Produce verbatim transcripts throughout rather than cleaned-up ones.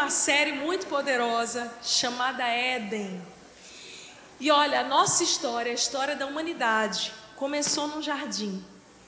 uma série muito poderosa chamada Éden. E olha, a nossa história, a história da humanidade, começou num jardim.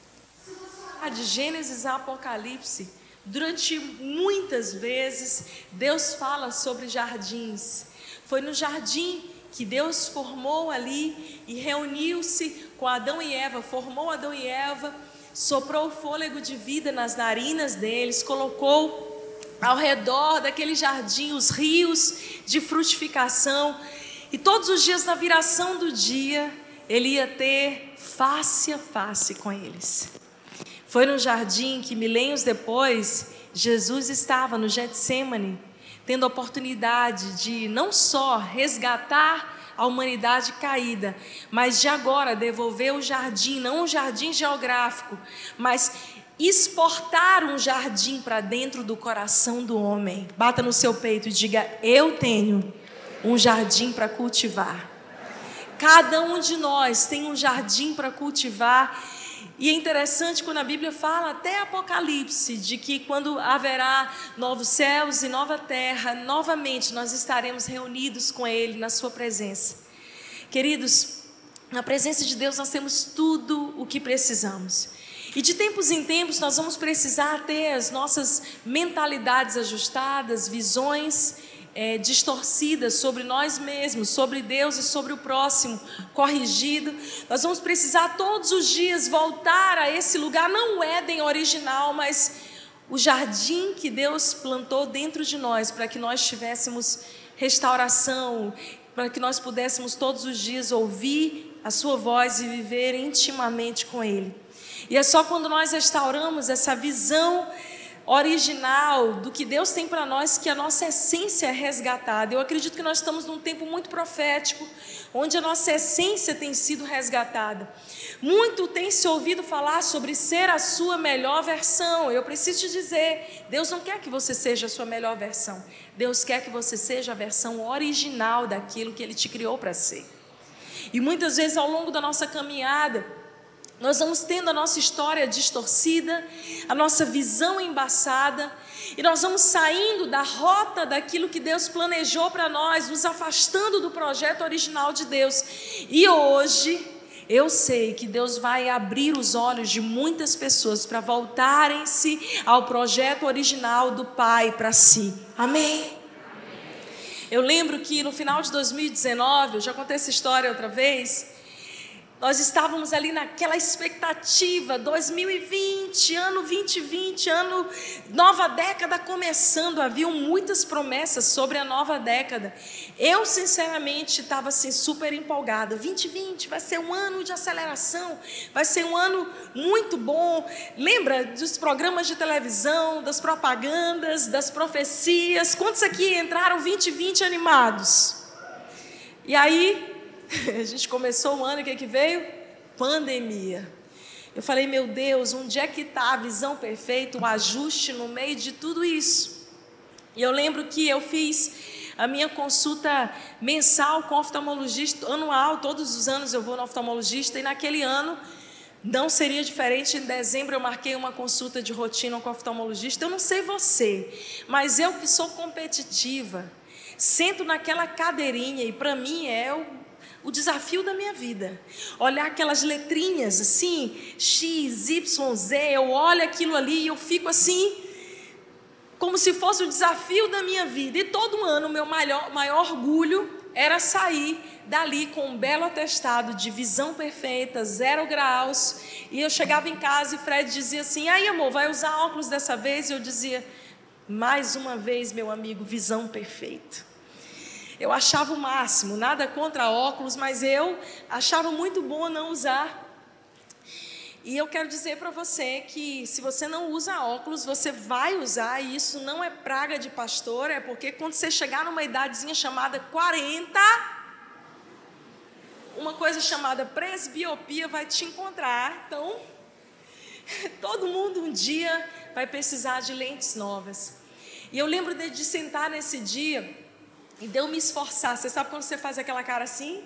De Gênesis a Apocalipse, durante muitas vezes, Deus fala sobre jardins. Foi no jardim que Deus formou ali e reuniu-se com Adão e Eva, formou Adão e Eva, soprou o fôlego de vida nas narinas deles, colocou ao redor daquele jardim os rios de frutificação, e todos os dias na viração do dia, ele ia ter face a face com eles. Foi no jardim que milênios depois, Jesus estava no Getsêmani, tendo a oportunidade de não só resgatar a humanidade caída, mas de agora devolver o jardim, não um jardim geográfico, mas exportar um jardim para dentro do coração do homem. Bata no seu peito e diga: eu tenho um jardim para cultivar. Cada um de nós tem um jardim para cultivar. E é interessante quando a Bíblia fala, até Apocalipse, de que quando haverá novos céus e nova terra, novamente nós estaremos reunidos com Ele na sua presença. Queridos, na presença de Deus nós temos tudo o que precisamos. E de tempos em tempos nós vamos precisar ter as nossas mentalidades ajustadas, visões é, distorcidas sobre nós mesmos, sobre Deus e sobre o próximo, corrigido. Nós vamos precisar todos os dias voltar a esse lugar, não o Éden original, mas o jardim que Deus plantou dentro de nós, para que nós tivéssemos restauração, para que nós pudéssemos todos os dias ouvir a sua voz e viver intimamente com Ele. E é só quando nós restauramos essa visão original do que Deus tem para nós que a nossa essência é resgatada. Eu acredito que nós estamos num tempo muito profético, onde a nossa essência tem sido resgatada. Muito tem se ouvido falar sobre ser a sua melhor versão. Eu preciso te dizer, Deus não quer que você seja a sua melhor versão. Deus quer que você seja a versão original daquilo que Ele te criou para ser. E muitas vezes ao longo da nossa caminhada, nós vamos tendo a nossa história distorcida, a nossa visão embaçada, e nós vamos saindo da rota daquilo que Deus planejou para nós, nos afastando do projeto original de Deus. E hoje, eu sei que Deus vai abrir os olhos de muitas pessoas para voltarem-se ao projeto original do Pai para si. Amém? Eu lembro que no final de dois mil e dezenove, eu já contei essa história outra vez, nós estávamos ali naquela expectativa, dois mil e vinte, ano vinte vinte, ano, nova década começando, haviam muitas promessas sobre a nova década. Eu, sinceramente, estava assim, super empolgada. vinte vinte vai ser um ano de aceleração, vai ser um ano muito bom. Lembra dos programas de televisão, das propagandas, das profecias? Quantos aqui entraram vinte vinte animados? E aí, a gente começou o ano, o que que veio? Pandemia. Eu falei, meu Deus, onde é que está a visão perfeita, o ajuste no meio de tudo isso? E eu lembro que eu fiz a minha consulta mensal com o oftalmologista, anual, todos os anos eu vou no oftalmologista, e naquele ano não seria diferente. Em dezembro eu marquei uma consulta de rotina com o oftalmologista. Eu não sei você, mas eu que sou competitiva, sento naquela cadeirinha e para mim é o O desafio da minha vida, olhar aquelas letrinhas assim, X, Y, Z, eu olho aquilo ali e eu fico assim, como se fosse o desafio da minha vida. E todo ano o meu maior, maior orgulho era sair dali com um belo atestado de visão perfeita, zero graus. E eu chegava em casa e Fred dizia assim, aí amor, vai usar óculos dessa vez? E eu dizia, mais uma vez meu amigo, visão perfeita. Eu achava o máximo, nada contra óculos, mas eu achava muito bom não usar. E eu quero dizer para você que se você não usa óculos, você vai usar, e isso não é praga de pastor, é porque quando você chegar numa idadezinha chamada quarenta, uma coisa chamada presbiopia vai te encontrar. Então, todo mundo um dia vai precisar de lentes novas. E eu lembro de, de sentar nesse dia e de eu me esforçar. Você sabe quando você faz aquela cara assim?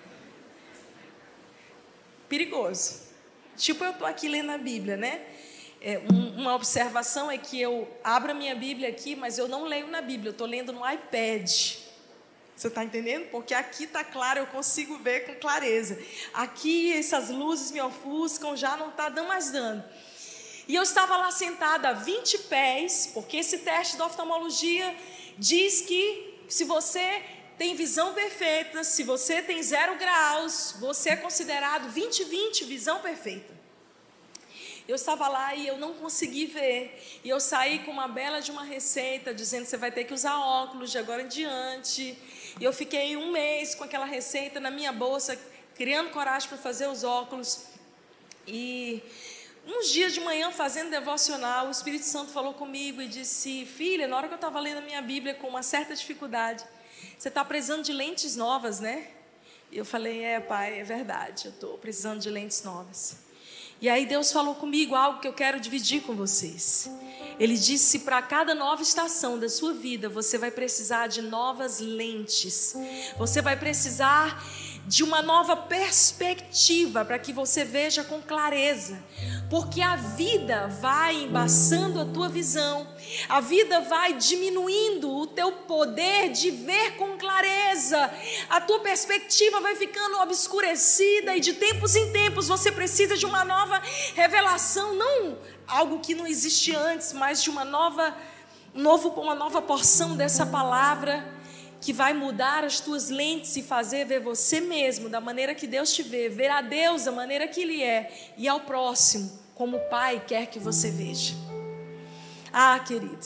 Perigoso. Tipo, eu estou aqui lendo a Bíblia, né? É, um, uma observação é que eu abro a minha Bíblia aqui, mas eu não leio na Bíblia, eu estou lendo no iPad. Você está entendendo? Porque aqui está claro, eu consigo ver com clareza. Aqui essas luzes me ofuscam, já não está dando mais dano. E eu estava lá sentada a vinte pés, porque esse teste da oftalmologia diz que se você tem visão perfeita, se você tem zero graus, você é considerado vinte vinte, visão perfeita. Eu estava lá e eu não consegui ver, e eu saí com uma bela de uma receita, dizendo que você vai ter que usar óculos de agora em diante, e eu fiquei um mês com aquela receita na minha bolsa, criando coragem para fazer os óculos, e uns dias de manhã fazendo devocional, o Espírito Santo falou comigo e disse: filha, na hora que eu estava lendo a minha Bíblia com uma certa dificuldade, você está precisando de lentes novas, né? E eu falei: é, pai, é verdade, eu estou precisando de lentes novas. E aí Deus falou comigo algo que eu quero dividir com vocês. Ele disse: para cada nova estação da sua vida, você vai precisar de novas lentes. Você vai precisar de uma nova perspectiva para que você veja com clareza. Porque a vida vai embaçando a tua visão. A vida vai diminuindo o teu poder de ver com clareza. A tua perspectiva vai ficando obscurecida e de tempos em tempos você precisa de uma nova revelação, não algo que não existia antes, mas de uma nova, novo, uma nova porção dessa palavra que vai mudar as tuas lentes e fazer ver você mesmo da maneira que Deus te vê, ver a Deus da maneira que Ele é e ao próximo como o Pai quer que você veja. Ah, querido,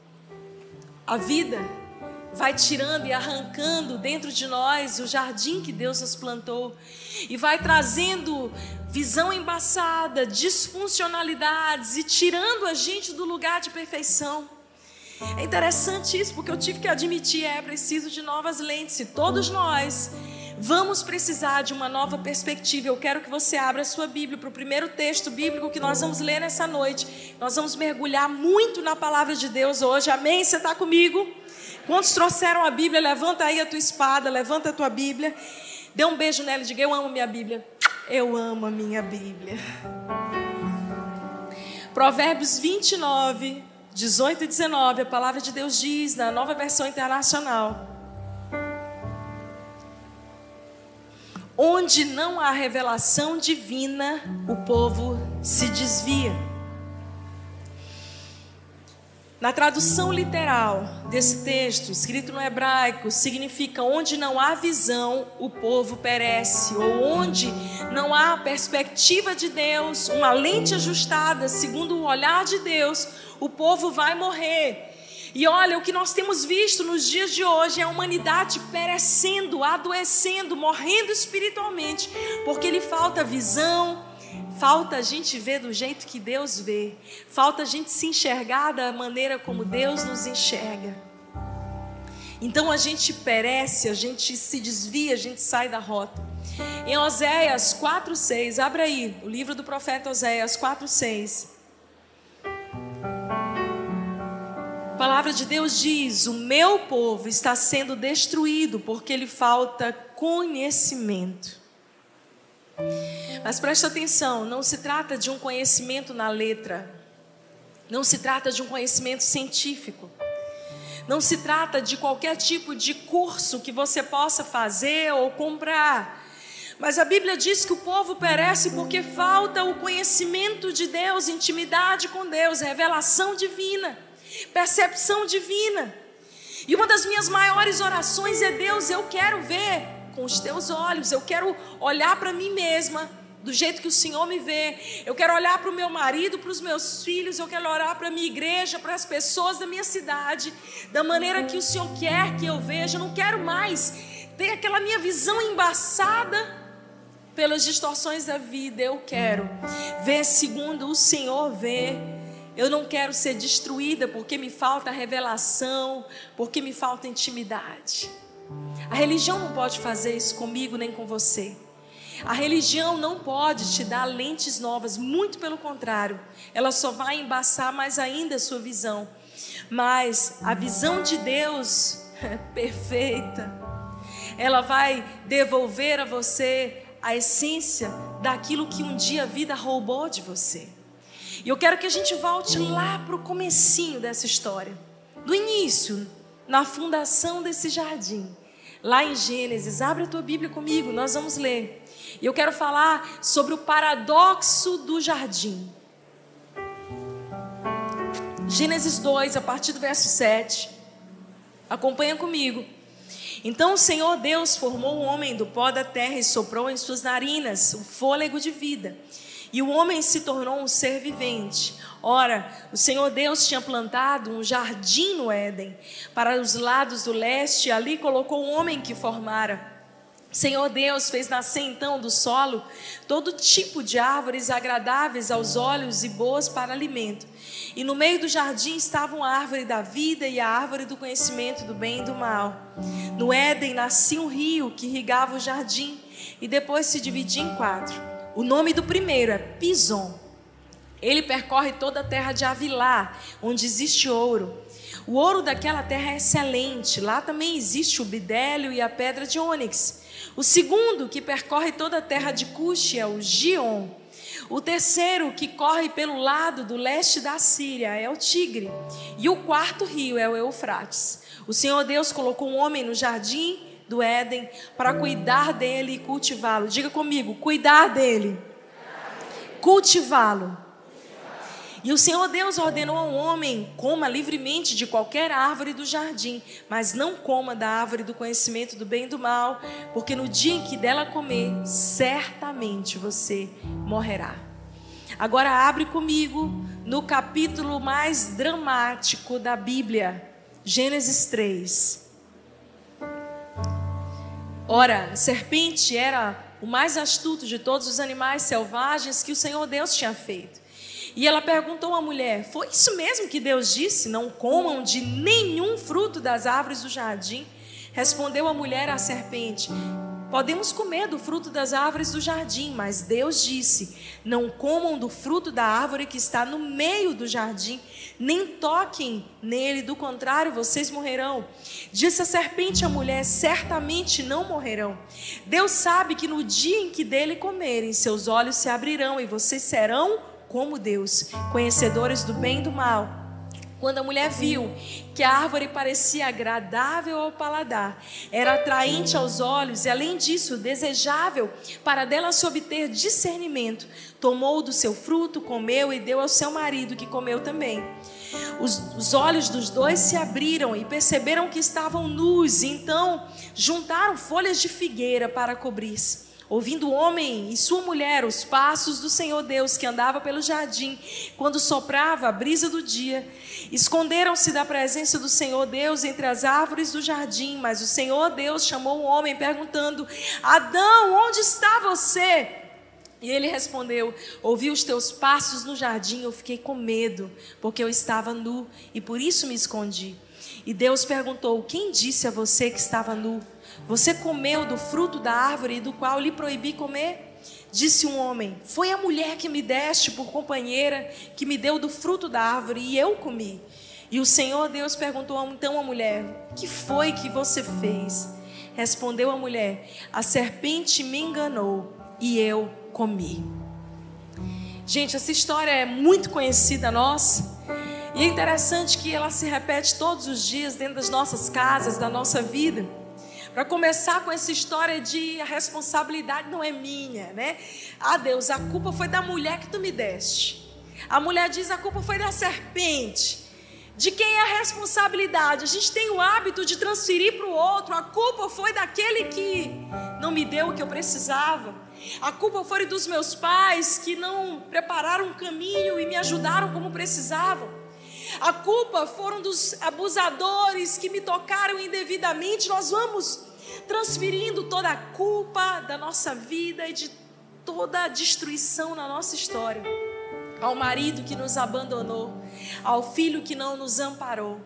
a vida vai tirando e arrancando dentro de nós o jardim que Deus nos plantou e vai trazendo visão embaçada, disfuncionalidades e tirando a gente do lugar de perfeição. É interessante isso, porque eu tive que admitir, é preciso de novas lentes, e todos nós vamos precisar de uma nova perspectiva. Eu quero que você abra a sua Bíblia para o primeiro texto bíblico que nós vamos ler nessa noite. Nós vamos mergulhar muito na palavra de Deus hoje, amém? Você está comigo? Quantos trouxeram a Bíblia? Levanta aí a tua espada, levanta a tua Bíblia, dê um beijo nela e diga: eu amo minha Bíblia. Eu amo a minha Bíblia. Provérbios vinte e nove, dezoito e dezenove, a palavra de Deus diz na Nova Versão Internacional: onde não há revelação divina, o povo se desvia. Na tradução literal desse texto, escrito no hebraico, significa: onde não há visão, o povo perece, ou onde não há perspectiva de Deus, uma lente ajustada segundo o olhar de Deus, o povo vai morrer. E olha, o que nós temos visto nos dias de hoje é a humanidade perecendo, adoecendo, morrendo espiritualmente, porque lhe falta visão, falta a gente ver do jeito que Deus vê, falta a gente se enxergar da maneira como Deus nos enxerga. Então a gente perece, a gente se desvia, a gente sai da rota. Em Oséias quatro, seis, abre aí, o livro do profeta Oséias quatro, seis. A palavra de Deus diz: o meu povo está sendo destruído porque lhe falta conhecimento. Mas presta atenção, não se trata de um conhecimento na letra, não se trata de um conhecimento científico, não se trata de qualquer tipo de curso que você possa fazer ou comprar. Mas a Bíblia diz que o povo perece porque falta o conhecimento de Deus, intimidade com Deus, revelação divina, percepção divina. E uma das minhas maiores orações é: Deus, eu quero ver com os teus olhos, eu quero olhar para mim mesma do jeito que o Senhor me vê, eu quero olhar para o meu marido, para os meus filhos, eu quero olhar para a minha igreja, para as pessoas da minha cidade, da maneira que o Senhor quer que eu veja. Eu não quero mais ter aquela minha visão embaçada pelas distorções da vida. Eu quero ver segundo o Senhor vê. Eu não quero ser destruída porque me falta revelação, porque me falta intimidade. A religião não pode fazer isso comigo nem com você. A religião não pode te dar lentes novas, muito pelo contrário, ela só vai embaçar mais ainda a sua visão. Mas a visão de Deus é perfeita. Ela vai devolver a você a essência daquilo que um dia a vida roubou de você. E eu quero que a gente volte lá para o comecinho dessa história, do início, na fundação desse jardim. Lá em Gênesis, abre a tua Bíblia comigo, nós vamos ler. E eu quero falar sobre o paradoxo do jardim. Gênesis dois, a partir do verso sete. Acompanha comigo. Então o Senhor Deus formou o homem do pó da terra e soprou em suas narinas o fôlego de vida. E o homem se tornou um ser vivente. Ora, o Senhor Deus tinha plantado um jardim no Éden, para os lados do leste, e ali colocou o homem que formara. O Senhor Deus fez nascer então do solo todo tipo de árvores agradáveis aos olhos e boas para alimento. E no meio do jardim estavam a árvore da vida e a árvore do conhecimento do bem e do mal. No Éden nascia um rio que irrigava o jardim e depois se dividia em quatro. O nome do primeiro é Pison. Ele percorre toda a terra de Havilá, onde existe ouro. O ouro daquela terra é excelente. Lá também existe o bidélio e a pedra de ônix. O segundo, que percorre toda a terra de Cuxi, é o Gion. O terceiro, que corre pelo lado do leste da Síria, é o Tigre. E o quarto rio é o Eufrates. O Senhor Deus colocou um homem no jardim do Éden para cuidar dele e cultivá-lo. Diga comigo, cuidar dele, cultivá-lo. E o Senhor Deus ordenou ao homem: coma livremente de qualquer árvore do jardim, mas não coma da árvore do conhecimento do bem e do mal, porque no dia em que dela comer, certamente você morrerá. Agora abre comigo no capítulo mais dramático da Bíblia, Gênesis três. Ora, a serpente era o mais astuto de todos os animais selvagens que o Senhor Deus tinha feito. E ela perguntou à mulher: foi isso mesmo que Deus disse? Não comam de nenhum fruto das árvores do jardim? Respondeu a mulher à serpente: podemos comer do fruto das árvores do jardim, mas Deus disse: não comam do fruto da árvore que está no meio do jardim, nem toquem nele, do contrário vocês morrerão. Disse a serpente à mulher: certamente não morrerão. Deus sabe que no dia em que dele comerem, seus olhos se abrirão e vocês serão como Deus, conhecedores do bem e do mal. Quando a mulher viu que a árvore parecia agradável ao paladar, era atraente aos olhos e, além disso, desejável para dela se obter discernimento, tomou do seu fruto, comeu e deu ao seu marido, que comeu também. Os, os olhos dos dois se abriram e perceberam que estavam nus, e então juntaram folhas de figueira para cobrir-se. Ouvindo o homem e sua mulher os passos do Senhor Deus que andava pelo jardim, quando soprava a brisa do dia, esconderam-se da presença do Senhor Deus entre as árvores do jardim. Mas o Senhor Deus chamou o homem perguntando: Adão, onde está você? E ele respondeu: ouvi os teus passos no jardim, eu fiquei com medo, porque eu estava nu e por isso me escondi. E Deus perguntou: quem disse a você que estava nu? Você comeu do fruto da árvore do qual lhe proibi comer? Disse um homem: foi a mulher que me deste por companheira, que me deu do fruto da árvore e eu comi. E o Senhor Deus perguntou então à mulher: o que foi que você fez? Respondeu a mulher: a serpente me enganou e eu comi. Gente, essa história é muito conhecida nossa. E é interessante que ela se repete todos os dias dentro das nossas casas, da nossa vida. Para começar com essa história de a responsabilidade não é minha, né? Ah, Deus, a culpa foi da mulher que tu me deste. A mulher diz: a culpa foi da serpente. De quem é a responsabilidade? A gente tem o hábito de transferir para o outro. A culpa foi daquele que não me deu o que eu precisava. A culpa foi dos meus pais que não prepararam um caminho e me ajudaram como precisavam. A culpa foram dos abusadores que me tocaram indevidamente. Nós vamos transferindo toda a culpa da nossa vida e de toda a destruição na nossa história ao marido que nos abandonou, ao filho que não nos amparou.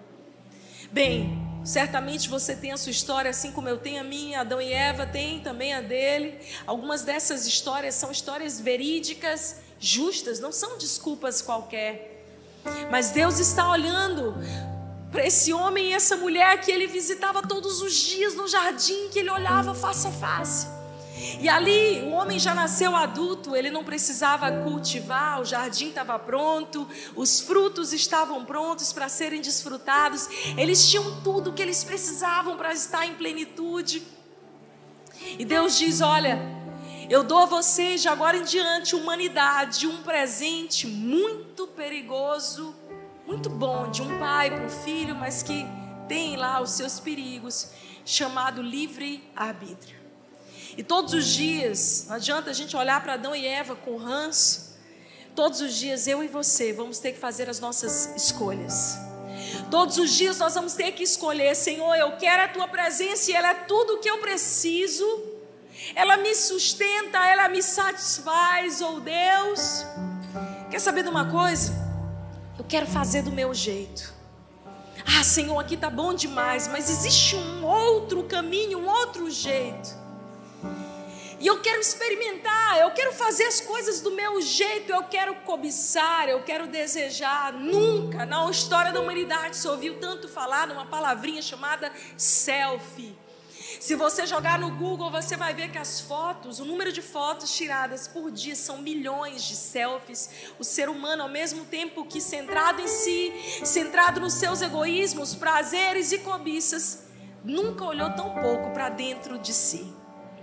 Bem, certamente você tem a sua história, assim como eu tenho a minha. Adão e Eva têm também a dele. Algumas dessas histórias são histórias verídicas, justas, não são desculpas qualquer. Mas Deus está olhando para esse homem e essa mulher que ele visitava todos os dias no jardim, que ele olhava face a face. E ali o homem já nasceu adulto, ele não precisava cultivar, o jardim estava pronto, os frutos estavam prontos para serem desfrutados, eles tinham tudo o que eles precisavam para estar em plenitude. E Deus diz: olha, eu dou a vocês de agora em diante, humanidade, um presente muito perigoso, muito bom, de um pai para um filho, mas que tem lá os seus perigos, chamado livre-arbítrio. E todos os dias, não adianta a gente olhar para Adão e Eva com ranço, todos os dias eu e você vamos ter que fazer as nossas escolhas. Todos os dias nós vamos ter que escolher: Senhor, eu quero a tua presença e ela é tudo o que eu preciso, ela me sustenta, ela me satisfaz. Ou Deus, quer saber de uma coisa? Eu quero fazer do meu jeito. Ah, Senhor, aqui está bom demais, mas existe um outro caminho, um outro jeito. E eu quero experimentar, eu quero fazer as coisas do meu jeito, eu quero cobiçar, eu quero desejar. Nunca na história da humanidade se ouviu tanto falar numa palavrinha chamada selfie. Se você jogar no Google, você vai ver que as fotos, o número de fotos tiradas por dia são milhões de selfies. O ser humano, ao mesmo tempo que centrado em si, centrado nos seus egoísmos, prazeres e cobiças, nunca olhou tão pouco para dentro de si.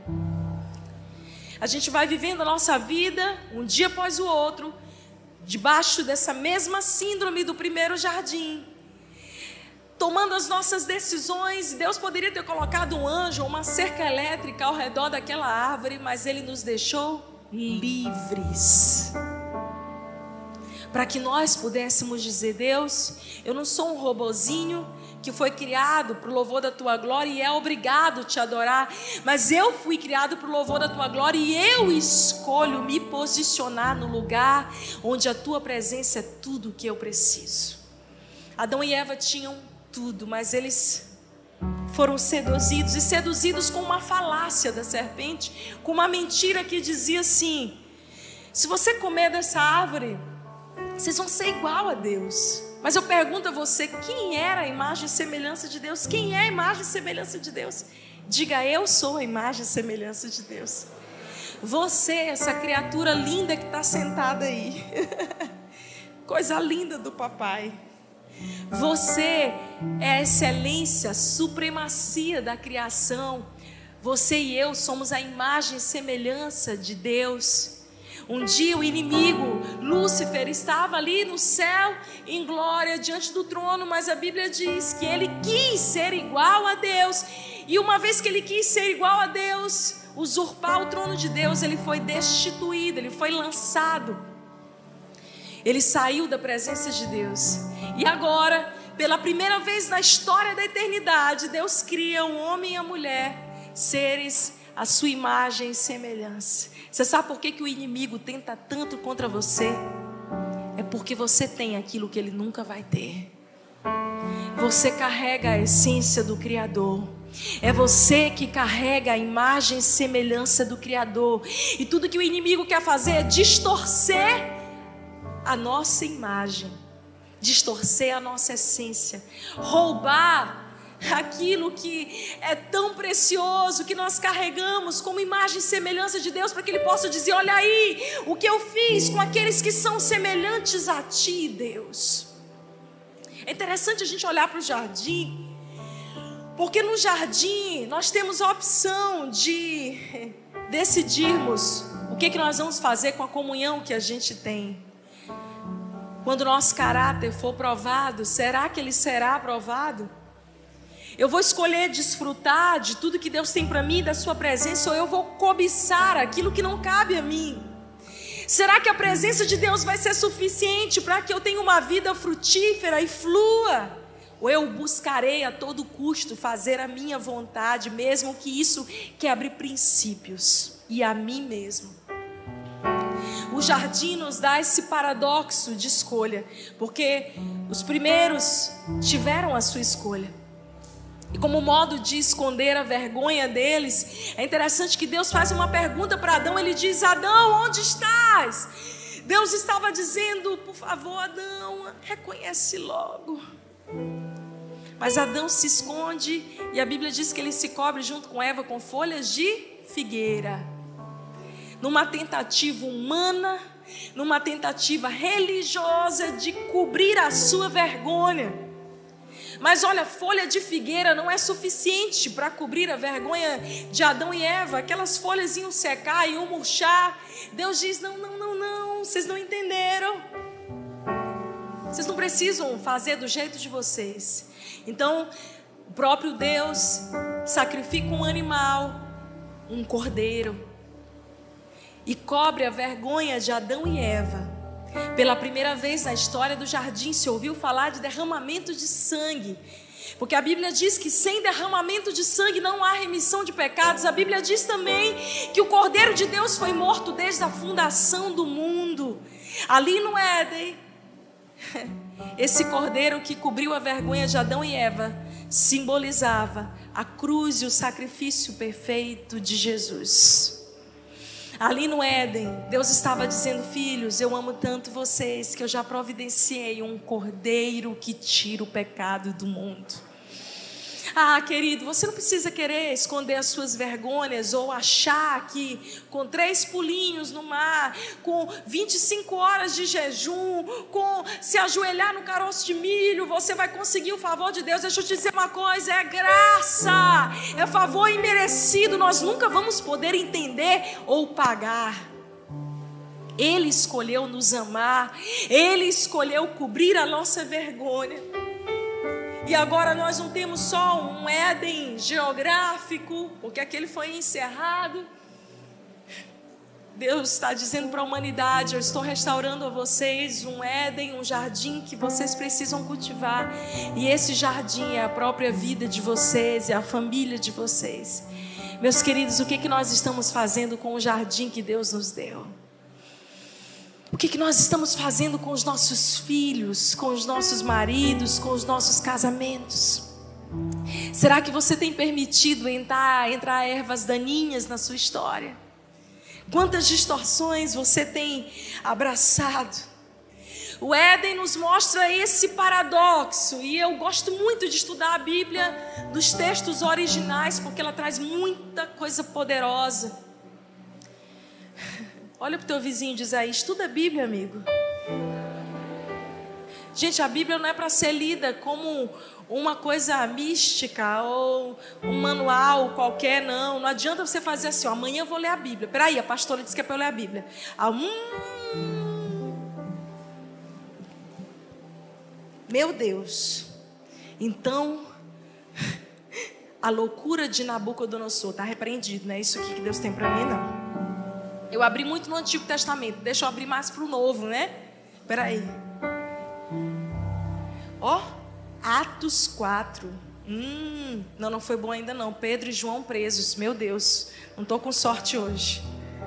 A gente vai vivendo a nossa vida, um dia após o outro, debaixo dessa mesma síndrome do primeiro jardim, tomando as nossas decisões. Deus poderia ter colocado um anjo ou uma cerca elétrica ao redor daquela árvore, mas Ele nos deixou livres, para que nós pudéssemos dizer: Deus, eu não sou um robozinho que foi criado para o louvor da tua glória e é obrigado a te adorar, mas eu fui criado para o louvor da tua glória e eu escolho me posicionar no lugar onde a tua presença é tudo o que eu preciso. Adão e Eva tinham tudo, mas eles foram seduzidos, e seduzidos com uma falácia da serpente, com uma mentira que dizia assim: se você comer dessa árvore, vocês vão ser igual a Deus. Mas eu pergunto a você: quem era a imagem e semelhança de Deus? Quem é a imagem e semelhança de Deus? Diga: eu sou a imagem e semelhança de Deus. Você, essa criatura linda que está sentada aí, coisa linda do papai. Você é a excelência, a supremacia da criação. Você e eu somos a imagem e semelhança de Deus. Um dia o inimigo, Lúcifer, estava ali no céu em glória diante do trono, mas a Bíblia diz que ele quis ser igual a Deus, e uma vez que ele quis ser igual a Deus, usurpar o trono de Deus, ele foi destituído, ele foi lançado, ele saiu da presença de Deus. E agora, pela primeira vez na história da eternidade, Deus cria um homem e a mulher, seres a sua imagem e semelhança. Você sabe por que, que o inimigo tenta tanto contra você? É porque você tem aquilo que ele nunca vai ter. Você carrega a essência do Criador. É você que carrega a imagem e semelhança do Criador. E tudo que o inimigo quer fazer é distorcer a nossa imagem, distorcer a nossa essência, roubar aquilo que é tão precioso, que nós carregamos como imagem e semelhança de Deus, para que Ele possa dizer: olha aí o que eu fiz com aqueles que são semelhantes a Ti, Deus. É interessante a gente olhar para o jardim, porque no jardim nós temos a opção de decidirmos o que, que nós vamos fazer com a comunhão que a gente tem. Quando o nosso caráter for provado, será que ele será aprovado? Eu vou escolher desfrutar de tudo que Deus tem para mim, da sua presença, ou eu vou cobiçar aquilo que não cabe a mim? Será que a presença de Deus vai ser suficiente para que eu tenha uma vida frutífera e flua? Ou eu buscarei a todo custo fazer a minha vontade, mesmo que isso quebre princípios, e a mim mesmo? O jardim nos dá esse paradoxo de escolha, porque os primeiros tiveram a sua escolha. E como modo de esconder a vergonha deles, é interessante que Deus faz uma pergunta para Adão. Ele diz: Adão, onde estás? Deus estava dizendo: por favor, Adão, reconhece logo. Mas Adão se esconde, e a Bíblia diz que ele se cobre junto com Eva com folhas de figueira. numa tentativa humana, numa tentativa religiosa de cobrir a sua vergonha. Mas olha, folha de figueira não é suficiente para cobrir a vergonha de Adão e Eva. Aquelas folhas iam secar, iam murchar. Deus diz, não, não, não, não, vocês não entenderam. Vocês não precisam fazer do jeito de vocês. Então, o próprio Deus sacrifica um animal, um cordeiro, e cobre a vergonha de Adão e Eva. Pela primeira vez na história do jardim se ouviu falar de derramamento de sangue, porque a Bíblia diz que sem derramamento de sangue não há remissão de pecados. A Bíblia diz também que o Cordeiro de Deus foi morto desde a fundação do mundo. Ali no Éden, esse Cordeiro que cobriu a vergonha de Adão e Eva simbolizava a cruz e o sacrifício perfeito de Jesus. Ali no Éden, Deus estava dizendo, filhos, eu amo tanto vocês que eu já providenciei um cordeiro que tira o pecado do mundo. Ah, querido, você não precisa querer esconder as suas vergonhas ou achar que com três pulinhos no mar, com vinte e cinco horas de jejum, com se ajoelhar no caroço de milho, você vai conseguir o favor de Deus. Deixa eu te dizer uma coisa, é graça, é favor imerecido, nós nunca vamos poder entender ou pagar. Ele escolheu nos amar, Ele escolheu cobrir a nossa vergonha. E agora nós não temos só um Éden geográfico, porque aquele foi encerrado. Deus está dizendo para a humanidade, eu estou restaurando a vocês um Éden, um jardim que vocês precisam cultivar. E esse jardim é a própria vida de vocês, é a família de vocês. Meus queridos, o que, que nós estamos fazendo com o jardim que Deus nos deu? O que, que nós estamos fazendo com os nossos filhos, com os nossos maridos, com os nossos casamentos? Será que você tem permitido entrar, entrar ervas daninhas na sua história? Quantas distorções você tem abraçado? O Éden nos mostra esse paradoxo, e eu gosto muito de estudar a Bíblia dos textos originais, porque ela traz muita coisa poderosa. Olha para o teu vizinho e diz aí, estuda a Bíblia, amigo. Gente, a Bíblia não é para ser lida como uma coisa mística ou um manual qualquer, não. Não adianta você fazer assim, ó, amanhã eu vou ler a Bíblia. Peraí, a pastora disse que é para eu ler a Bíblia. Ah, hum... Meu Deus. Então, a loucura de Nabucodonosor está repreendido, não é isso aqui que Deus tem para mim, não. Eu abri muito no Antigo Testamento, deixa eu abrir mais para o Novo, né? Espera aí. Ó, Atos quatro. Hum, não, não foi bom ainda não. Pedro e João presos. Meu Deus, não estou com sorte hoje.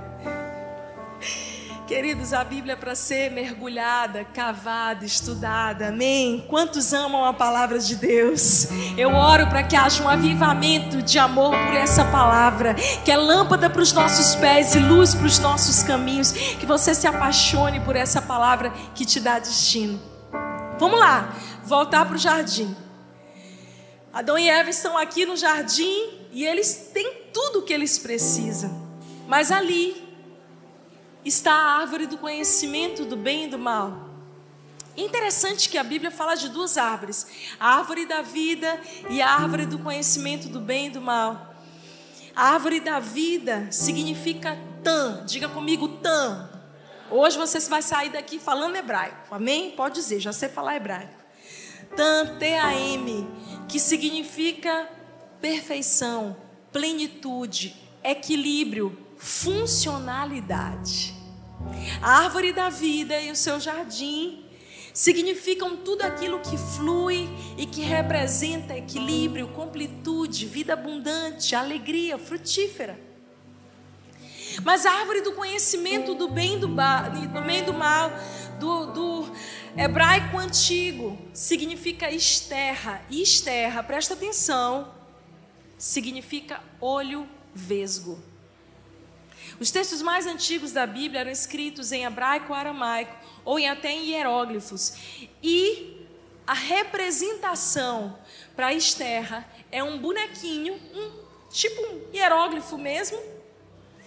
Queridos, a Bíblia é para ser mergulhada, cavada, estudada, amém? Quantos amam a palavra de Deus? Eu oro para que haja um avivamento de amor por essa palavra, que é lâmpada para os nossos pés e luz para os nossos caminhos, que você se apaixone por essa palavra que te dá destino. Vamos lá, voltar para o jardim. Adão e Eva estão aqui no jardim e eles têm tudo o que eles precisam, mas ali está a árvore do conhecimento do bem e do mal. Interessante que a Bíblia fala de duas árvores, a árvore da vida e a árvore do conhecimento do bem e do mal. A árvore da vida significa Tan, diga comigo Tan. Hoje você vai sair daqui falando hebraico, amém? Pode dizer, já sei falar hebraico. Tan, T A M, que significa perfeição, plenitude, equilíbrio, funcionalidade. A árvore da vida e o seu jardim significam tudo aquilo que flui e que representa equilíbrio, completude, vida abundante, alegria, frutífera. Mas a árvore do conhecimento do bem e do, ba, do, bem e do mal, do, do hebraico antigo, significa esterra. E esterra, presta atenção, significa olho vesgo. Os textos mais antigos da Bíblia eram escritos em hebraico, aramaico ou em, até em hieróglifos. E a representação para a esterra é um bonequinho, um, tipo um hieróglifo mesmo,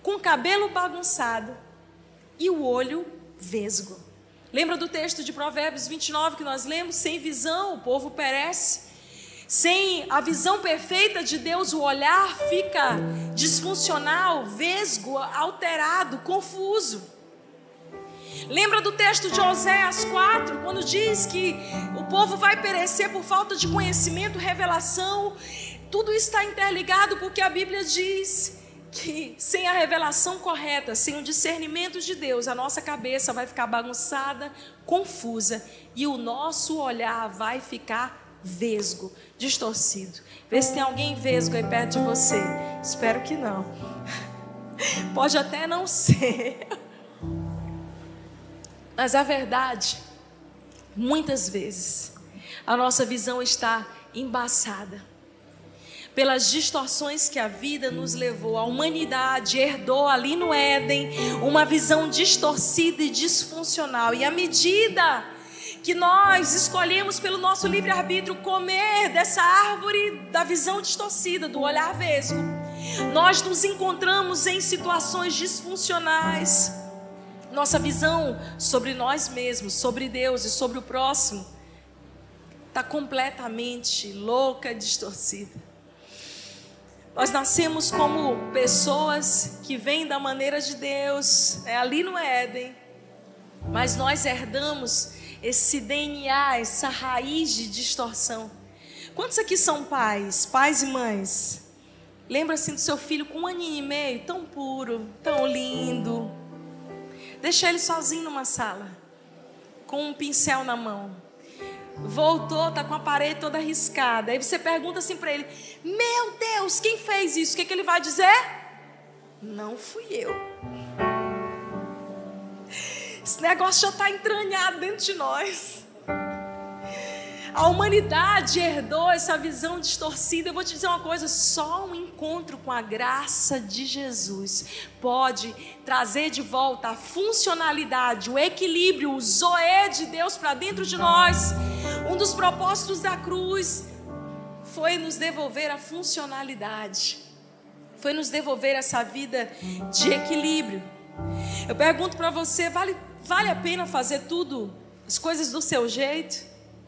com cabelo bagunçado e o olho vesgo. Lembra do texto de Provérbios vinte e nove que nós lemos? Sem visão o povo perece. Sem a visão perfeita de Deus, o olhar fica disfuncional, vesgo, alterado, confuso. Lembra do texto de Oséias quatro, quando diz que o povo vai perecer por falta de conhecimento, revelação. Tudo está interligado, porque a Bíblia diz que sem a revelação correta, sem o discernimento de Deus, a nossa cabeça vai ficar bagunçada, confusa, e o nosso olhar vai ficar vesgo, distorcido. Vê se tem alguém vesgo aí perto de você. Espero que não. Pode até não ser. Mas a verdade, muitas vezes, a nossa visão está embaçada pelas distorções que a vida nos levou. A humanidade herdou ali no Éden uma visão distorcida e disfuncional. E à medida que nós escolhemos pelo nosso livre-arbítrio comer dessa árvore da visão distorcida, do olhar vesgo, nós nos encontramos em situações disfuncionais. Nossa visão sobre nós mesmos, sobre Deus e sobre o próximo está completamente louca, distorcida. Nós nascemos como pessoas que vêm da maneira de Deus, é ali no Éden, mas nós herdamos esse D N A, essa raiz de distorção. Quantos aqui são pais, pais e mães? Lembra-se do seu filho com um aninho e meio, tão puro, tão lindo. Deixa ele sozinho numa sala, com um pincel na mão. Voltou, tá com a parede toda riscada. Aí você pergunta assim para ele: meu Deus, quem fez isso? O que, que ele vai dizer? Não fui eu. Esse negócio já está entranhado dentro de nós. A humanidade herdou essa visão distorcida. Eu vou te dizer uma coisa: só um encontro com a graça de Jesus pode trazer de volta a funcionalidade, o equilíbrio, o zoé de Deus para dentro de nós. Um dos propósitos da cruz foi nos devolver a funcionalidade, foi nos devolver essa vida de equilíbrio. Eu pergunto para você: vale, vale a pena fazer tudo, as coisas do seu jeito?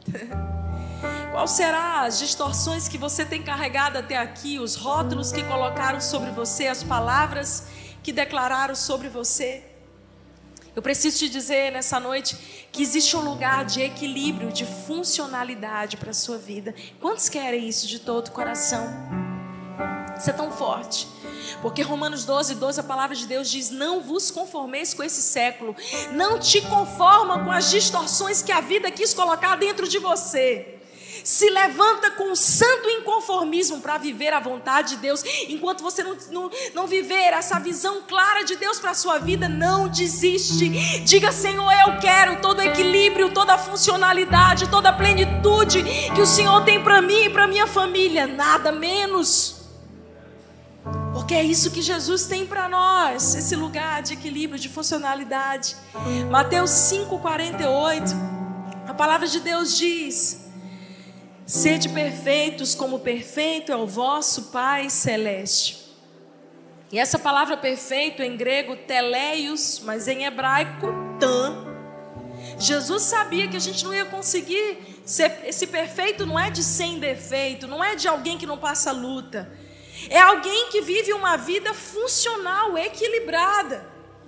Qual será as distorções que você tem carregado até aqui, os rótulos que colocaram sobre você, as palavras que declararam sobre você? Eu preciso te dizer nessa noite que existe um lugar de equilíbrio, de funcionalidade para a sua vida. Quantos querem isso de todo o coração? Isso é tão forte, porque Romanos doze, doze, a palavra de Deus diz: não vos conformeis com esse século, não te conforma com as distorções que a vida quis colocar dentro de você. Se levanta com um santo inconformismo para viver a vontade de Deus. Enquanto você não, não, não viver essa visão clara de Deus para a sua vida, não desiste. Diga: Senhor, eu quero todo o equilíbrio, toda a funcionalidade, toda a plenitude que o Senhor tem para mim e para minha família, nada menos. Porque é isso que Jesus tem para nós, esse lugar de equilíbrio, de funcionalidade. Mateus cinco, quarenta e oito, a palavra de Deus diz: sede perfeitos como perfeito é o vosso Pai Celeste. E essa palavra perfeito em grego, teleios, mas em hebraico, tan. Jesus sabia que a gente não ia conseguir ser, esse perfeito não é de sem defeito, não é de alguém que não passa luta. É alguém que vive uma vida funcional, equilibrada.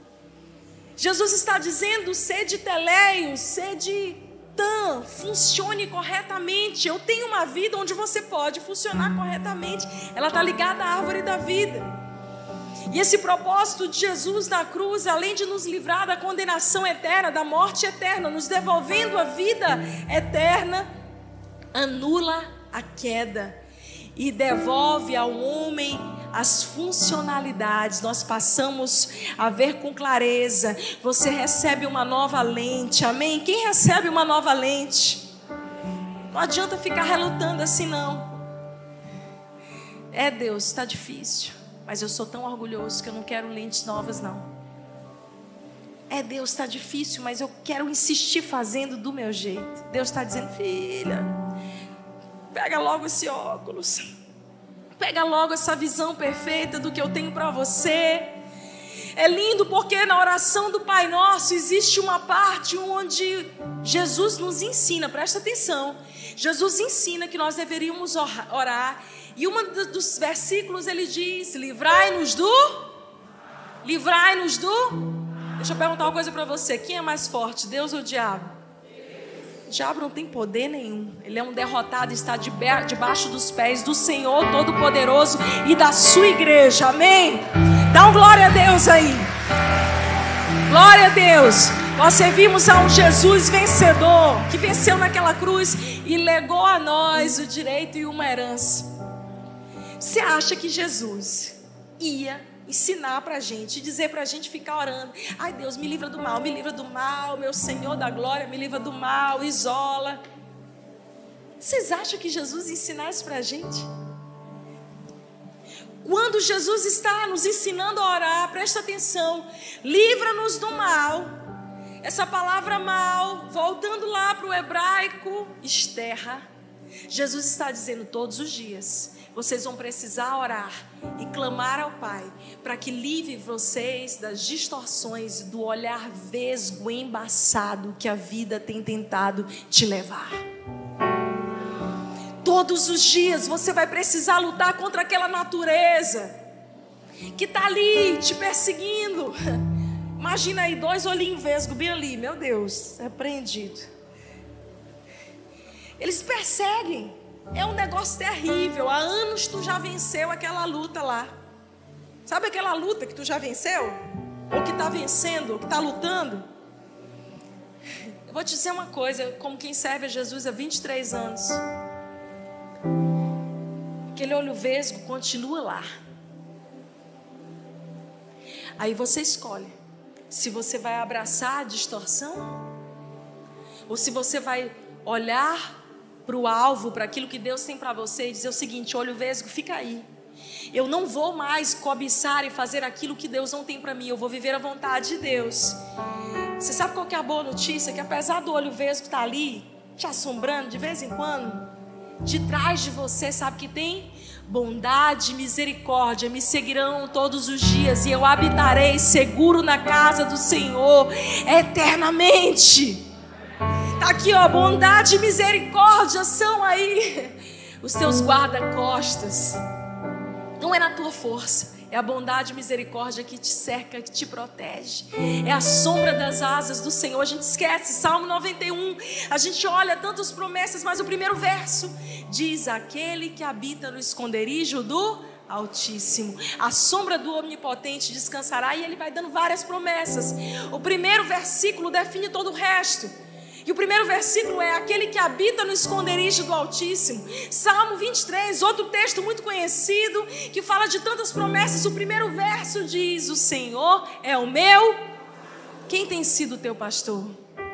Jesus está dizendo: sede teleios, sede tan, funcione corretamente. Eu tenho uma vida onde você pode funcionar corretamente. Ela está ligada à árvore da vida. E esse propósito de Jesus na cruz, além de nos livrar da condenação eterna, da morte eterna, nos devolvendo a vida eterna, anula a queda e devolve ao homem as funcionalidades. Nós passamos a ver com clareza. Você recebe uma nova lente, amém? Quem recebe uma nova lente? Não adianta ficar relutando assim, não. É, Deus, está difícil, mas eu sou tão orgulhoso que eu não quero lentes novas, não. É, Deus, está difícil, mas eu quero insistir fazendo do meu jeito. Deus está dizendo: filha, pega logo esse óculos, pega logo essa visão perfeita do que eu tenho para você. É lindo porque na oração do Pai Nosso existe uma parte onde Jesus nos ensina, presta atenção, Jesus ensina que nós deveríamos orar, e um dos versículos ele diz: livrai-nos do, livrai-nos do, deixa eu perguntar uma coisa para você, quem é mais forte, Deus ou o diabo? O diabo não tem poder nenhum, ele é um derrotado, está debaixo dos pés do Senhor Todo-Poderoso e da sua igreja, amém? Dá um glória a Deus aí. Glória a Deus. Nós servimos a um Jesus vencedor, que venceu naquela cruz e legou a nós o direito e uma herança. Você acha que Jesus ia ensinar pra gente, dizer pra gente ficar orando: ai Deus, me livra do mal, me livra do mal, meu Senhor da glória, me livra do mal, isola. Vocês acham que Jesus ia ensinar isso pra gente? Quando Jesus está nos ensinando a orar, presta atenção, livra-nos do mal. Essa palavra mal, voltando lá para o hebraico, esterra. Jesus está dizendo todos os dias, vocês vão precisar orar e clamar ao Pai, para que livre vocês das distorções, do olhar vesgo, embaçado que a vida tem tentado te levar. Todos os dias você vai precisar lutar contra aquela natureza que está ali te perseguindo. Imagina aí, dois olhinhos vesgos bem ali, meu Deus, repreendido. Eles perseguem, é um negócio terrível. Há anos tu já venceu aquela luta lá. Sabe aquela luta que tu já venceu? Ou que está vencendo, ou que está lutando? Eu vou te dizer uma coisa, como quem serve a Jesus há vinte e três anos, aquele olho vesgo continua lá. Aí você escolhe se você vai abraçar a distorção, ou se você vai olhar para o alvo, para aquilo que Deus tem para você, e dizer o seguinte: olho vesgo, fica aí, eu não vou mais cobiçar e fazer aquilo que Deus não tem para mim, eu vou viver a vontade de Deus. Você sabe qual que é a boa notícia? Que apesar do olho vesgo estar ali te assombrando de vez em quando, de trás de você, sabe que tem bondade e misericórdia, me seguirão todos os dias, e eu habitarei seguro na casa do Senhor eternamente. Está aqui, ó, bondade e misericórdia são aí os teus guarda-costas. Não é na tua força, é a bondade e misericórdia que te cerca, que te protege. É a sombra das asas do Senhor. A gente esquece, Salmo noventa e um, a gente olha tantas promessas, mas o primeiro verso diz: aquele que habita no esconderijo do Altíssimo, a sombra do Onipotente descansará. E ele vai dando várias promessas. O primeiro versículo define todo o resto. E o primeiro versículo é: aquele que habita no esconderijo do Altíssimo. Salmo vinte e três, outro texto muito conhecido, que fala de tantas promessas. O primeiro verso diz: o Senhor é o meu. Quem tem sido o teu pastor?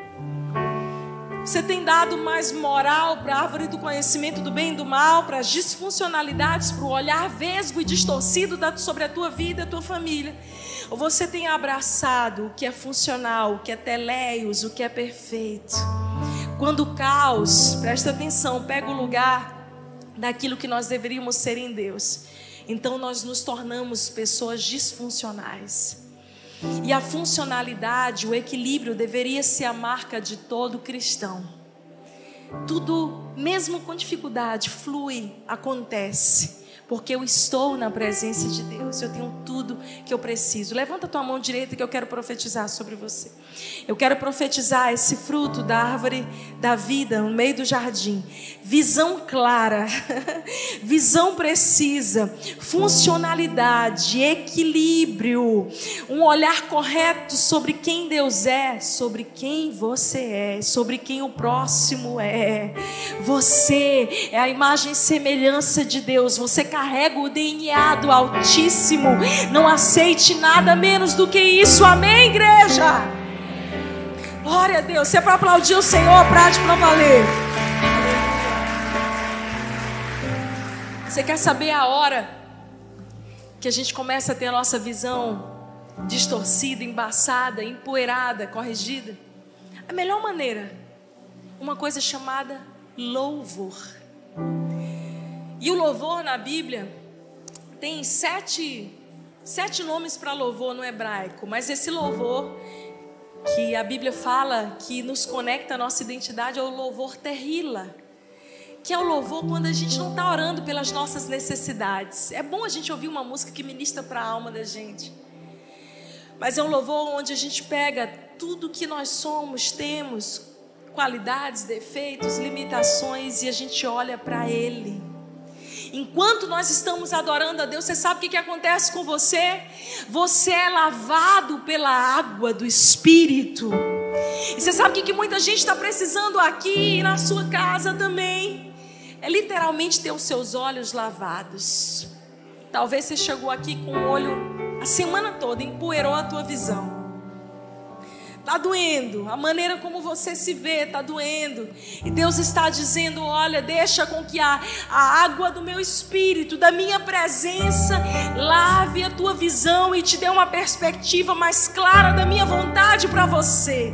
Você tem dado mais moral para a árvore do conhecimento do bem e do mal, para as disfuncionalidades, para o olhar vesgo e distorcido sobre a tua vida e a tua família? Ou você tem abraçado o que é funcional, o que é teleios, o que é perfeito? Quando o caos, presta atenção, pega o lugar daquilo que nós deveríamos ser em Deus, então nós nos tornamos pessoas disfuncionais. E a funcionalidade, o equilíbrio deveria ser a marca de todo cristão. Tudo, mesmo com dificuldade, flui, acontece, porque eu estou na presença de Deus. Eu tenho tudo que eu preciso. Levanta a tua mão direita que eu quero profetizar sobre você. Eu quero profetizar esse fruto da árvore da vida no meio do jardim. Visão clara, visão precisa, funcionalidade, equilíbrio, um olhar correto sobre quem Deus é, sobre quem você é, sobre quem o próximo é. Você é a imagem e semelhança de Deus. Você carrega o D N A do Altíssimo. Não aceite nada menos do que isso. Amém, igreja? Glória a Deus. Se é para aplaudir o Senhor, aplaude para valer. Você quer saber a hora que a gente começa a ter a nossa visão distorcida, embaçada, empoeirada, corrigida? A melhor maneira, uma coisa chamada louvor. E o louvor na Bíblia tem sete sete nomes para louvor no hebraico, mas esse louvor que a Bíblia fala que nos conecta à nossa identidade é o louvor terrila, que é o louvor quando a gente não está orando pelas nossas necessidades. É bom a gente ouvir uma música que ministra para a alma da gente, mas é um louvor onde a gente pega tudo que nós somos, temos, qualidades, defeitos, limitações, e a gente olha para Ele. Enquanto nós estamos adorando a Deus, você sabe o que, que acontece com você? Você é lavado pela água do Espírito. E você sabe o que, que muita gente está precisando aqui e na sua casa também? É literalmente ter os seus olhos lavados. Talvez você chegou aqui com o olho a semana toda, empoeirou a tua visão. Está doendo, a maneira como você se vê está doendo. E Deus está dizendo: olha, deixa com que a, a água do meu Espírito, da minha presença, lave a tua visão e te dê uma perspectiva mais clara da minha vontade para você.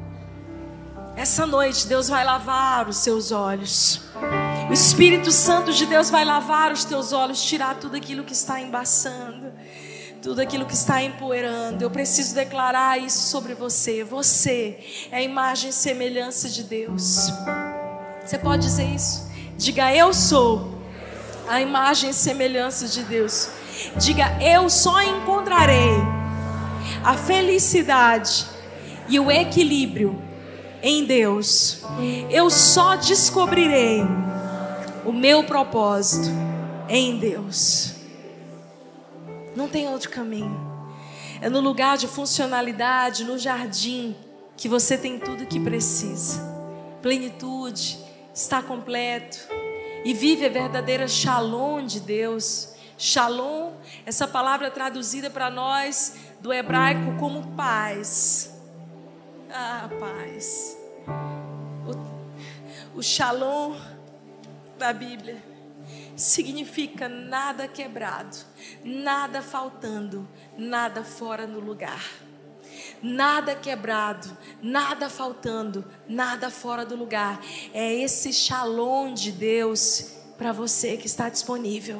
Essa noite Deus vai lavar os seus olhos. O Espírito Santo de Deus vai lavar os teus olhos, tirar tudo aquilo que está embaçando, tudo aquilo que está empoeirando. Eu preciso declarar isso sobre você. Você é a imagem e semelhança de Deus. Você pode dizer isso? Diga: eu sou a imagem e semelhança de Deus. Diga: eu só encontrarei a felicidade e o equilíbrio em Deus. Eu só descobrirei o meu propósito em Deus. Não tem outro caminho. É no lugar de funcionalidade, no jardim, que você tem tudo o que precisa. Plenitude, está completo. E vive a verdadeira shalom de Deus. Shalom, essa palavra traduzida para nós do hebraico como paz. Ah, paz. O, o shalom da Bíblia significa nada quebrado, nada faltando, nada fora no lugar. Nada quebrado, nada faltando, nada fora do lugar. É esse shalom de Deus para você que está disponível.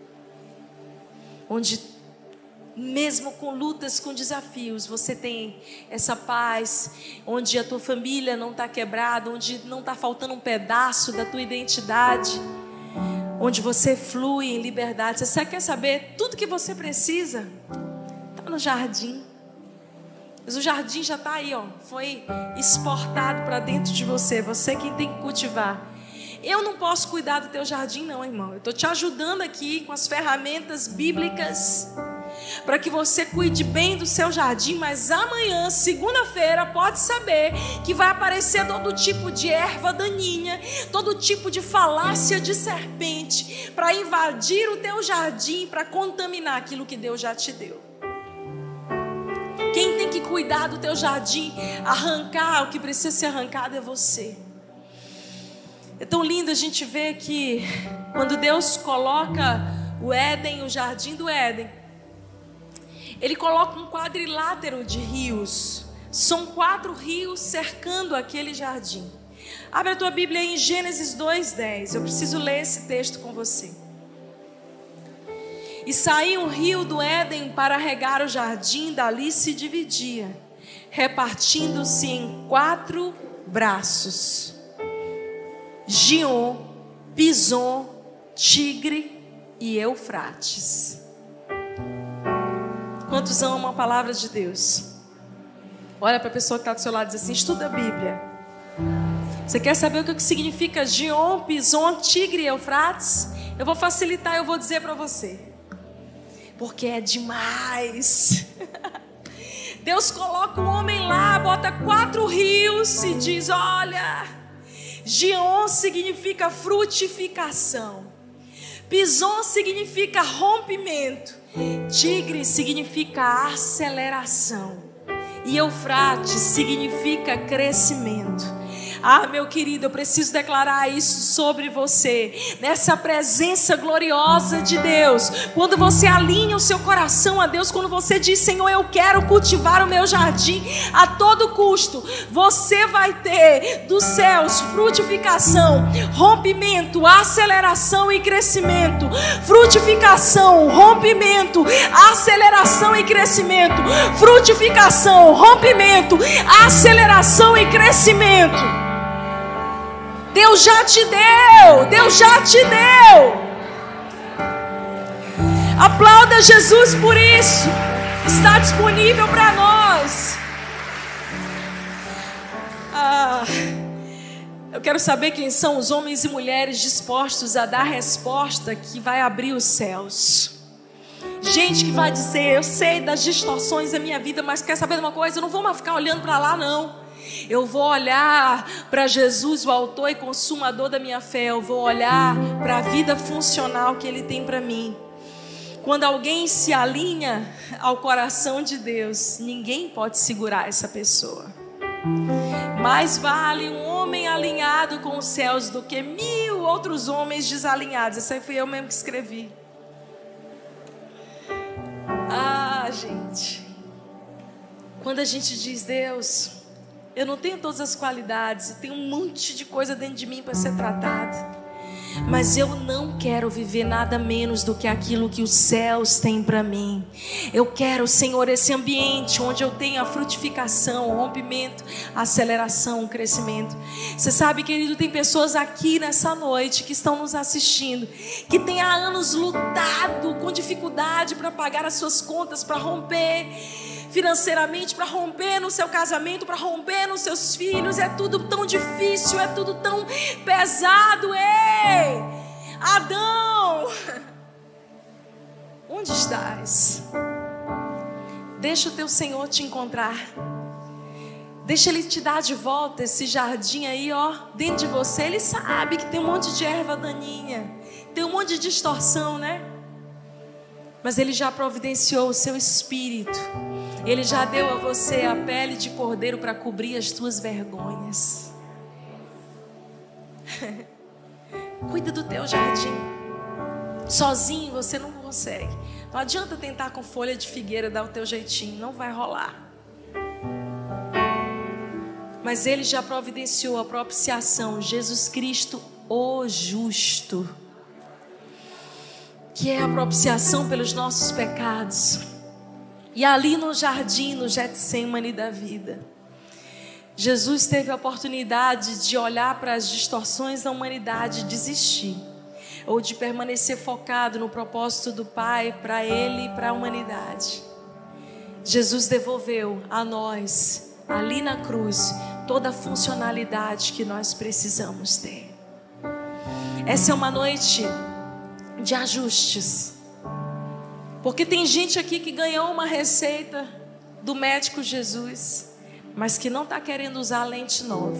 Onde mesmo com lutas, com desafios, você tem essa paz. Onde a tua família não está quebrada, onde não está faltando um pedaço da tua identidade, onde você flui em liberdade. Você quer saber tudo que você precisa? Está no jardim. Mas o jardim já está aí, ó. Foi exportado para dentro de você. Você quem tem que cultivar. Eu não posso cuidar do teu jardim não, irmão. Eu estou te ajudando aqui com as ferramentas bíblicas para que você cuide bem do seu jardim. Mas amanhã, segunda-feira, pode saber que vai aparecer todo tipo de erva daninha, todo tipo de falácia de serpente para invadir o teu jardim, para contaminar aquilo que Deus já te deu. Quem tem que cuidar do teu jardim, arrancar o que precisa ser arrancado, é você. É tão lindo a gente ver que quando Deus coloca o Éden, o jardim do Éden, Ele coloca um quadrilátero de rios. São quatro rios cercando aquele jardim. Abre a tua Bíblia em Gênesis dois, dez. Eu preciso ler esse texto com você. E saía um rio do Éden para regar o jardim, dali se dividia, repartindo-se em quatro braços: Gion, Pison, Tigre e Eufrates. Quantos amam a palavra de Deus? Olha para a pessoa que está do seu lado e diz assim: estuda a Bíblia. Você quer saber o que significa Gion, Pison, Tigre e Eufrates? Eu vou facilitar, eu vou dizer para você. Porque é demais. Deus coloca um homem lá, bota quatro rios e diz: olha, Gion significa frutificação, Pison significa rompimento, Tigre significa aceleração e Eufrates significa crescimento. Ah, meu querido, eu preciso declarar isso sobre você. Nessa presença gloriosa de Deus, quando você alinha o seu coração a Deus, quando você diz: Senhor, eu quero cultivar o meu jardim a todo custo, você vai ter dos céus frutificação, rompimento, aceleração e crescimento. Frutificação, rompimento, aceleração e crescimento. Frutificação, rompimento, aceleração e crescimento. Deus já te deu, Deus já te deu. Aplauda Jesus por isso. Está disponível para nós. Ah, eu quero saber quem são os homens e mulheres dispostos a dar a resposta que vai abrir os céus. Gente que vai dizer: eu sei das distorções da minha vida, mas quer saber de uma coisa? Eu não vou mais ficar olhando para lá, não. Eu vou olhar para Jesus, o autor e consumador da minha fé. Eu vou olhar para a vida funcional que Ele tem para mim. Quando alguém se alinha ao coração de Deus, ninguém pode segurar essa pessoa. Mais vale um homem alinhado com os céus do que mil outros homens desalinhados. Essa aí fui eu mesmo que escrevi. Ah, gente, quando a gente diz: Deus, eu não tenho todas as qualidades, eu tenho um monte de coisa dentro de mim para ser tratada, mas eu não quero viver nada menos do que aquilo que os céus têm para mim. Eu quero, Senhor, esse ambiente onde eu tenho a frutificação, o rompimento, a aceleração, o crescimento. Você sabe, querido, tem pessoas aqui nessa noite que estão nos assistindo, que têm há anos lutado com dificuldade para pagar as suas contas, para romper financeiramente, para romper no seu casamento, para romper nos seus filhos. É tudo tão difícil, é tudo tão pesado. Ei, Adão, onde estás? Deixa o teu Senhor te encontrar. Deixa Ele te dar de volta esse jardim aí, ó, dentro de você. Ele sabe que tem um monte de erva daninha, tem um monte de distorção, né? Mas Ele já providenciou o seu espírito. Ele já deu a você a pele de cordeiro para cobrir as tuas vergonhas. Cuida do teu jardim. Sozinho você não consegue. Não adianta tentar com folha de figueira dar o teu jeitinho, não vai rolar. Mas Ele já providenciou a propiciação, Jesus Cristo, o justo, que é a propiciação pelos nossos pecados. E ali no jardim, no Getsemane da vida, Jesus teve a oportunidade de olhar para as distorções da humanidade e desistir, ou de permanecer focado no propósito do Pai para Ele e para a humanidade. Jesus devolveu a nós, ali na cruz, toda a funcionalidade que nós precisamos ter. Essa é uma noite de ajustes, porque tem gente aqui que ganhou uma receita do médico Jesus, mas que não está querendo usar a lente nova.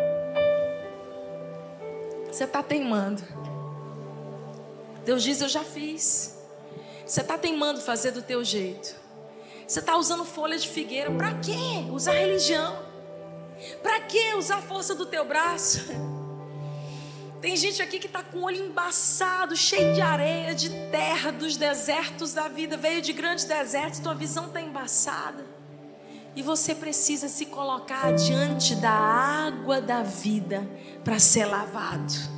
Você está teimando. Deus diz: eu já fiz. Você está teimando fazer do teu jeito. Você está usando folha de figueira. Para quê? Usar religião. Para quê? Usar a força do teu braço. Tem gente aqui que está com o olho embaçado, cheio de areia, de terra, dos desertos da vida. Veio de grandes desertos, tua visão está embaçada. E você precisa se colocar diante da água da vida para ser lavado.